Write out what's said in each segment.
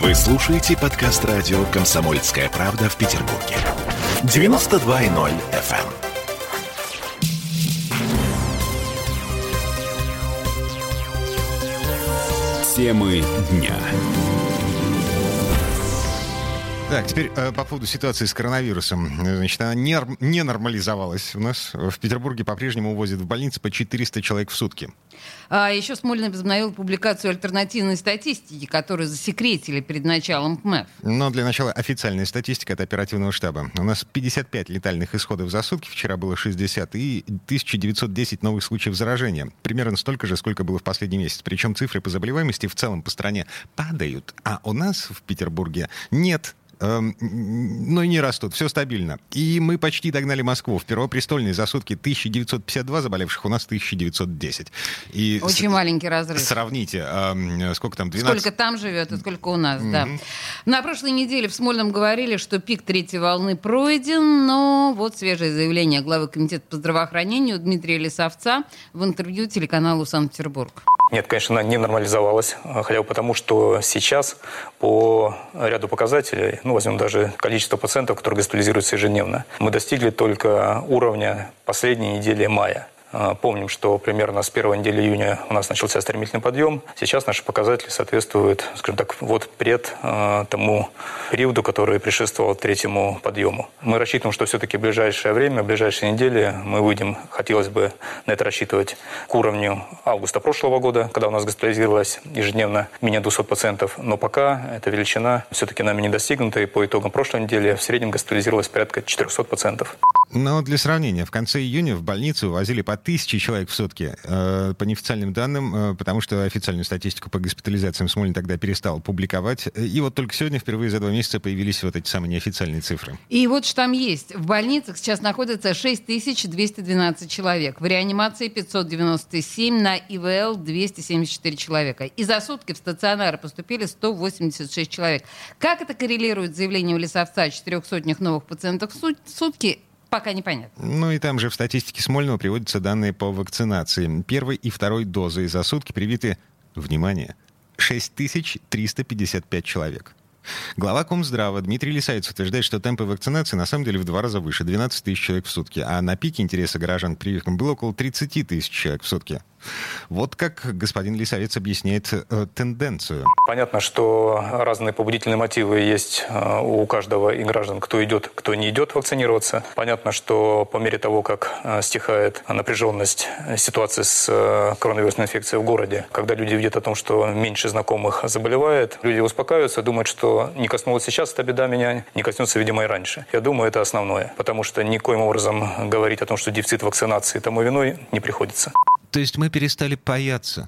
Вы слушаете подкаст радио «Комсомольская правда» в Петербурге. 92.0 FM. Темы дня. Так, теперь по поводу ситуации с коронавирусом. Значит, она не нормализовалась у нас. В Петербурге по-прежнему увозят в больницы по 400 человек в сутки. А еще Смольный возобновил публикацию альтернативной статистики, которую засекретили перед началом КМЭФ. Но для начала официальная статистика от оперативного штаба. У нас 55 летальных исходов за сутки, вчера было 60, и 1910 новых случаев заражения. Примерно столько же, сколько было в последний месяц. Причем цифры по заболеваемости в целом по стране падают, а у нас в Петербурге нет. Но и не растут, все стабильно. И мы почти догнали Москву. В Первопрестольной за сутки 1952 заболевших, у нас 1910. И очень маленький разрыв. Сравните, сколько там, 12? Сколько там живет и сколько у нас, да. На прошлой неделе в Смольном говорили, что пик третьей волны пройден, но вот свежее заявление главы комитета по здравоохранению Дмитрия Лисовца в интервью телеканалу «Санкт-Петербург». Нет, конечно, она не нормализовалась, хотя бы потому, что сейчас по ряду показателей, возьмем даже количество пациентов, которые госпитализируются ежедневно, мы достигли только уровня последней недели мая. Помним, что примерно с первой недели июня у нас начался стремительный подъем. Сейчас наши показатели соответствуют, скажем так, тому периоду, который предшествовал третьему подъему. Мы рассчитываем, что все-таки в ближайшее время, в ближайшие недели мы выйдем, хотелось бы на это рассчитывать, к уровню августа прошлого года, когда у нас госпитализировалось ежедневно менее 200 пациентов. Но пока эта величина все-таки нами не достигнута, и по итогам прошлой недели в среднем госпитализировалось порядка 400 пациентов. Но для сравнения, в конце июня в больницу увозили по 1000 человек в сутки. По неофициальным данным, потому что официальную статистику по госпитализациям Смольный тогда перестал публиковать. И вот только сегодня впервые за 2 месяца появились вот эти самые неофициальные цифры. И вот что там есть. В больницах сейчас находится 6212 человек. В реанимации 597, на ИВЛ 274 человека. И за сутки в стационары поступили 186 человек. Как это коррелирует с заявлением Лисовца о 400 новых пациентов в сутки? Пока непонятно. И там же в статистике Смольного приводятся данные по вакцинации. Первой и второй дозой за сутки привиты, внимание, 6355 человек. Глава Комздрава Дмитрий Лисовец утверждает, что темпы вакцинации на самом деле в 2 раза выше, 12 тысяч человек в сутки. А на пике интереса горожан к прививкам было около 30 тысяч человек в сутки. Вот как господин Лисовец объясняет тенденцию. Понятно, что разные побудительные мотивы есть у каждого и граждан, кто идет, кто не идет вакцинироваться. Понятно, что по мере того, как стихает напряженность ситуации с коронавирусной инфекцией в городе, когда люди видят о том, что меньше знакомых заболевает, люди успокаиваются, думают, что не коснулась сейчас эта беда меня, не коснется, видимо, и раньше. Я думаю, это основное, потому что никоим образом говорить о том, что дефицит вакцинации тому виной, не приходится. То есть мы перестали бояться.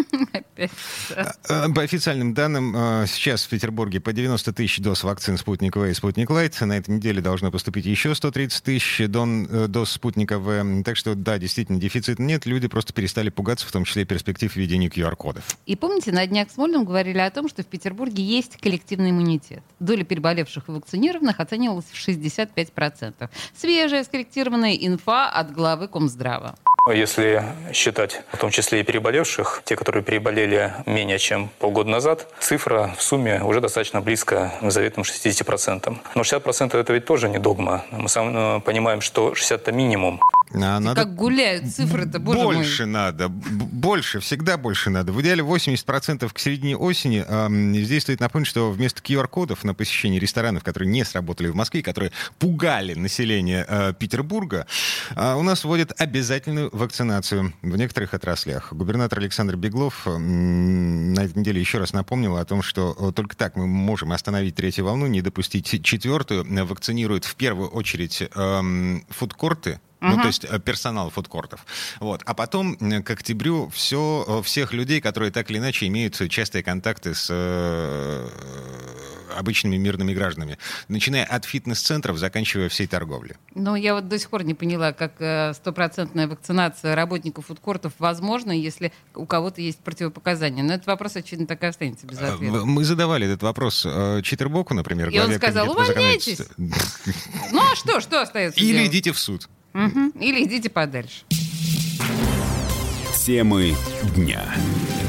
По официальным данным, сейчас в Петербурге по 90 тысяч доз вакцин «Спутник В» и «Спутник Лайт». На этой неделе должно поступить еще 130 тысяч доз «Спутника В». Так что, да, действительно, дефицита нет. Люди просто перестали пугаться, в том числе и перспектив введения QR-кодов. И помните, на днях в Смольном говорили о том, что в Петербурге есть коллективный иммунитет. Доля переболевших и вакцинированных оценивалась в 65%. Свежая скорректированная инфа от главы Комздрава. Если считать в том числе и переболевших, те, которые переболели менее чем полгода назад, цифра в сумме уже достаточно близко к заветным 60%. Но 60% это ведь тоже не догма. Мы сами понимаем, что 60% это минимум. Как гуляют цифры-то, боже мой. Больше надо. Больше, всегда больше надо. В идеале 80% к середине осени. Здесь стоит напомнить, что вместо QR-кодов на посещение ресторанов, которые не сработали в Москве, которые пугали население Петербурга, у нас вводят обязательную вакцинацию в некоторых отраслях. Губернатор Александр Беглов на этой неделе еще раз напомнил о том, что только так мы можем остановить третью волну, не допустить четвертую. Вакцинируют в первую очередь фудкорты, то есть персонал фудкортов. Вот. А потом, к октябрю, всех людей, которые так или иначе имеют частые контакты с обычными мирными гражданами, начиная от фитнес-центров, заканчивая всей торговлей. Но я вот до сих пор не поняла, как 100% вакцинация работников фудкортов возможна, если у кого-то есть противопоказания. Но этот вопрос, очевидно, так и останется без ответа. Мы задавали этот вопрос Читербоку, например. И он сказал: увольняйтесь. Ну а что остается делать? Или делать? идите в суд. Или идите подальше. Темы дня.